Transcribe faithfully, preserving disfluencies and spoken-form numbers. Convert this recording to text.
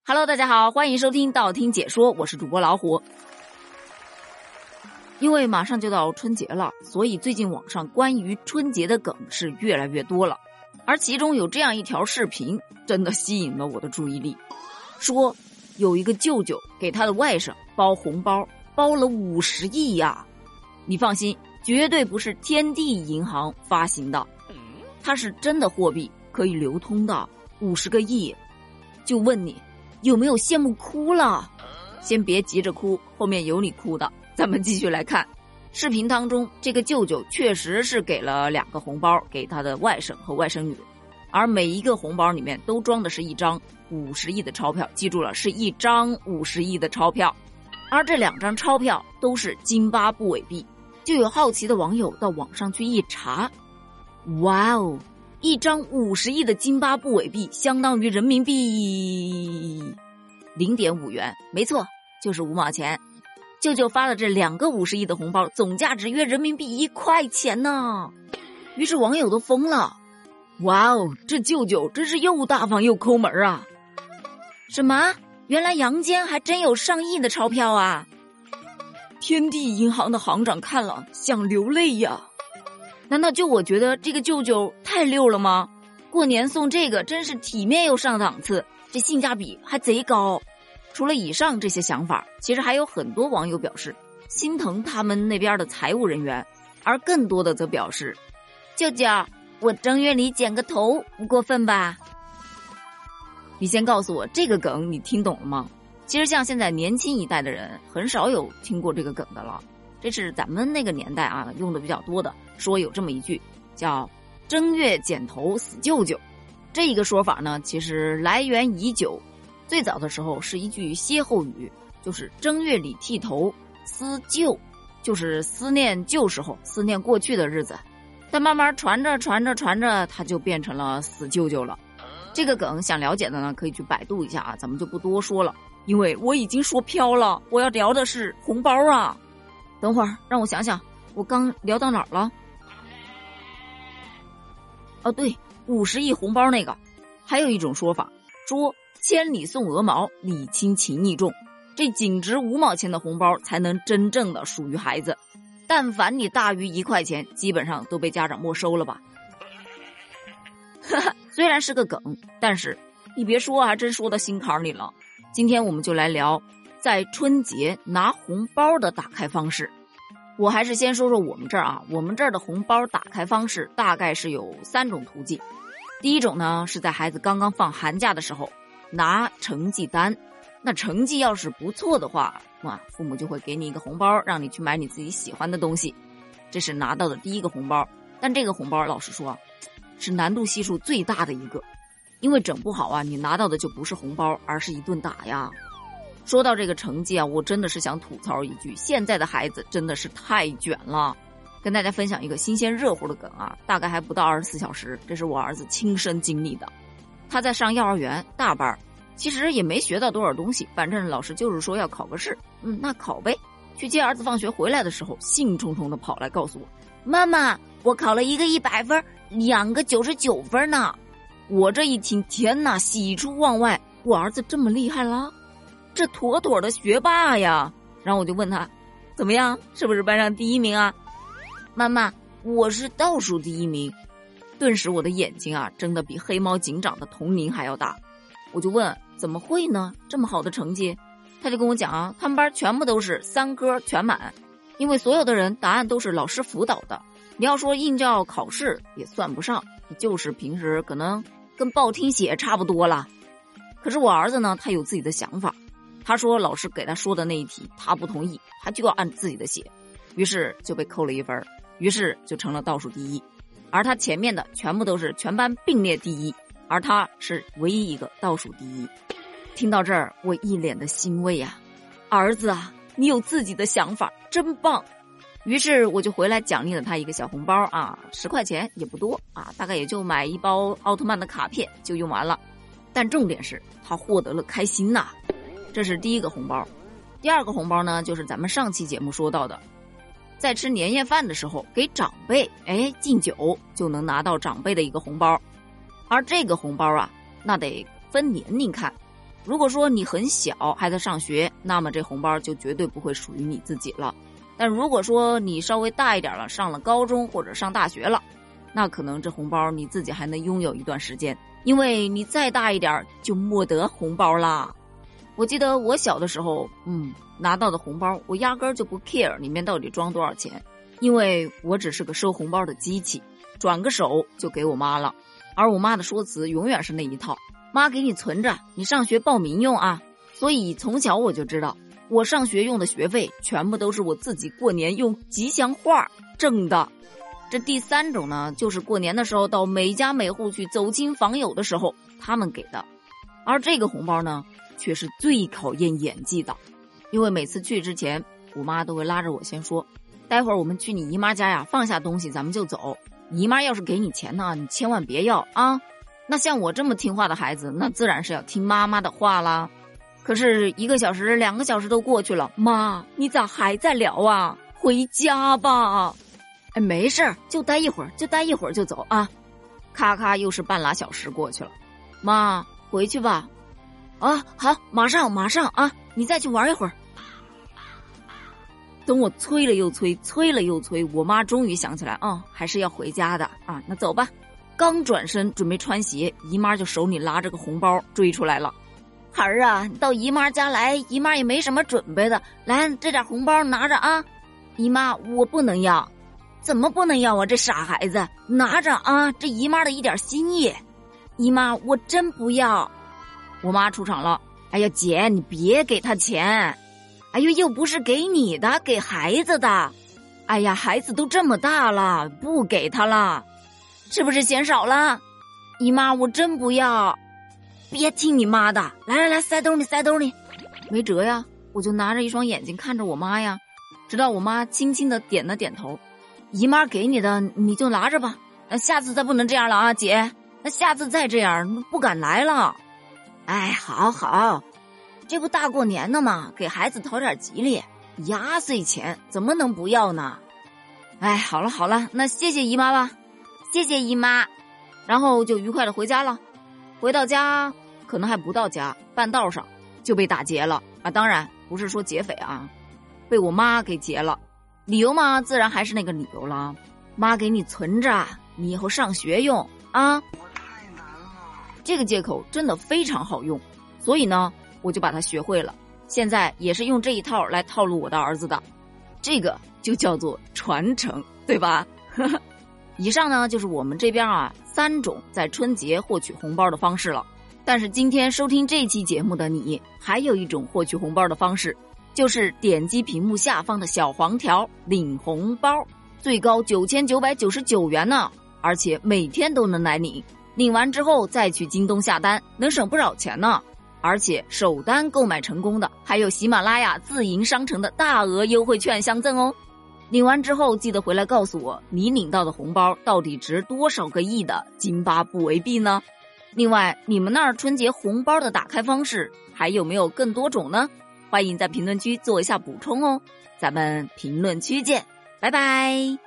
Hello， 大家好，欢迎收听道听解说，我是主播老虎。因为马上就到春节了，所以最近网上关于春节的梗是越来越多了，而其中有这样一条视频真的吸引了我的注意力，说有一个舅舅给他的外甥包红包，包了五十亿呀！你放心，绝对不是天地银行发行的，它是真的货币，可以流通的，五十个亿。就问你有没有羡慕哭了？先别急着哭，后面有你哭的。咱们继续来看视频当中，这个舅舅确实是给了两个红包给他的外甥和外甥女，而每一个红包里面都装的是一张五十亿的钞票，记住了，是一张五十亿的钞票。而这两张钞票都是津巴布韦币，就有好奇的网友到网上去一查，哇哦，一张五十亿的津巴布韦币相当于人民币 零点五元，没错，就是五毛钱。舅舅发了这两个五十亿的红包，总价值约人民币一块钱呢。于是网友都疯了，哇哦，这舅舅真是又大方又抠门啊！什么？原来阳间还真有上亿的钞票啊！天地银行的行长看了想流泪呀！难道就我觉得这个舅舅太溜了吗？过年送这个真是体面又上档次，这性价比还贼高。除了以上这些想法，其实还有很多网友表示心疼他们那边的财务人员，而更多的则表示，舅舅，我正月里剪个头不过分吧？你先告诉我这个梗你听懂了吗？其实像现在年轻一代的人很少有听过这个梗的了，这是咱们那个年代啊用的比较多的，说有这么一句叫正月剪头死舅舅。这一个说法呢其实来源已久，最早的时候是一句歇后语，就是正月里剃头思旧，就是思念旧时候，思念过去的日子。但慢慢传着传着传着，它就变成了死舅舅了。这个梗想了解的呢可以去百度一下啊，咱们就不多说了，因为我已经说飘了，我要聊的是红包啊。等会儿让我想想，我刚聊到哪儿了？哦对，五十亿红包那个。还有一种说法说千里送鹅毛，礼轻情意重，这仅值五毛钱的红包才能真正的属于孩子，但凡你大于一块钱基本上都被家长没收了吧。虽然是个梗，但是你别说还真说到心坎里了。今天我们就来聊在春节拿红包的打开方式。我还是先说说我们这儿啊，我们这儿的红包打开方式大概是有三种途径。第一种呢是在孩子刚刚放寒假的时候拿成绩单，那成绩要是不错的话，哇，父母就会给你一个红包，让你去买你自己喜欢的东西，这是拿到的第一个红包。但这个红包老实说是难度系数最大的一个，因为整不好啊，你拿到的就不是红包，而是一顿打呀。说到这个成绩啊，我真的是想吐槽一句，现在的孩子真的是太卷了。跟大家分享一个新鲜热乎的梗啊，大概还不到二十四小时，这是我儿子亲身经历的。他在上幼儿园大班，其实也没学到多少东西，反正老师就是说要考个试，嗯，那考呗。去接儿子放学回来的时候，兴冲冲的跑来告诉我，妈妈，我考了一个一百分，两个九十九分呢。我这一听，天哪，喜出望外，我儿子这么厉害了，这妥妥的学霸呀。然后我就问他，怎么样，是不是班上第一名啊？妈妈，我是倒数第一名。顿时我的眼睛啊睁得比黑猫警长的铜铃还要大。我就问，怎么会呢？这么好的成绩？他就跟我讲啊，他们班全部都是三科全满，因为所有的人答案都是老师辅导的，你要说应照考试也算不上，就是平时可能跟报听写差不多了。可是我儿子呢，他有自己的想法，他说老师给他说的那一题他不同意，他就要按自己的写，于是就被扣了一分，于是就成了倒数第一。而他前面的全部都是全班并列第一，而他是唯一一个倒数第一。听到这儿，我一脸的欣慰啊，儿子啊，你有自己的想法，真棒。于是我就回来奖励了他一个小红包啊，十块钱也不多啊，大概也就买一包奥特曼的卡片就用完了。但重点是他获得了开心呐、啊，这是第一个红包。第二个红包呢，就是咱们上期节目说到的，在吃年夜饭的时候给长辈哎敬酒，就能拿到长辈的一个红包。而这个红包啊，那得分年龄看， 如果说你很小还在上学，那么这红包就绝对不会属于你自己了。但如果说你稍微大一点了，上了高中或者上大学了，那可能这红包你自己还能拥有一段时间，因为你再大一点就没得红包啦。我记得我小的时候，嗯，拿到的红包我压根儿就不 care 里面到底装多少钱，因为我只是个收红包的机器，转个手就给我妈了。而我妈的说辞永远是那一套，妈给你存着，你上学报名用啊。所以从小我就知道，我上学用的学费全部都是我自己过年用吉祥话挣的。这第三种呢，就是过年的时候到每家每户去走亲访友的时候他们给的。而这个红包呢，却是最考验演技的，因为每次去之前，我妈都会拉着我先说，待会儿我们去你姨妈家呀，放下东西咱们就走，你姨妈要是给你钱呢，你千万别要啊。那像我这么听话的孩子，那自然是要听妈妈的话啦。可是一个小时两个小时都过去了，妈你咋还在聊啊？回家吧。哎，没事儿，就待一会儿就待一会儿就走啊。咔咔又是半拉小时过去了，妈回去吧。啊好，马上马上啊，你再去玩一会儿。等我催了又催，催了又催，我妈终于想起来啊、哦，还是要回家的啊，那走吧。刚转身准备穿鞋，姨妈就手里拿着个红包追出来了。孩儿啊，你到姨妈家来，姨妈也没什么准备的，来这点红包拿着啊。姨妈我不能要。怎么不能要啊，这傻孩子，拿着啊，这姨妈的一点心意。姨妈我真不要。我妈出场了，哎呀姐你别给他钱，哎呦又不是给你的，给孩子的，哎呀孩子都这么大了，不给他了，是不是嫌少了？姨妈我真不要。别听你妈的，来来来，塞兜里塞兜里。没辙呀，我就拿着一双眼睛看着我妈呀，直到我妈轻轻的点了点头。姨妈给你的你就拿着吧，那下次再不能这样了啊姐，那下次再这样不敢来了。哎好好，这不大过年的嘛，给孩子讨点吉利，压岁钱怎么能不要呢？哎好了好了，那谢谢姨妈吧。谢谢姨妈。然后就愉快的回家了。回到家可能还不到家，半道上就被打劫了啊！当然不是说劫匪啊，被我妈给劫了。理由嘛，自然还是那个理由了，妈给你存着，你以后上学用啊。这个借口真的非常好用，所以呢，我就把它学会了。现在也是用这一套来套路我的儿子的，这个就叫做传承，对吧？以上呢就是我们这边啊三种在春节获取红包的方式了。但是今天收听这期节目的你，还有一种获取红包的方式，就是点击屏幕下方的小黄条领红包，最高九千九百九十九元呢，而且每天都能来领。领完之后再去京东下单，能省不少钱呢。而且首单购买成功的，还有喜马拉雅自营商城的大额优惠券相赠哦。领完之后记得回来告诉我，你领到的红包到底值多少个亿的津巴布韦币呢？另外，你们那儿春节红包的打开方式还有没有更多种呢？欢迎在评论区做一下补充哦。咱们评论区见，拜拜。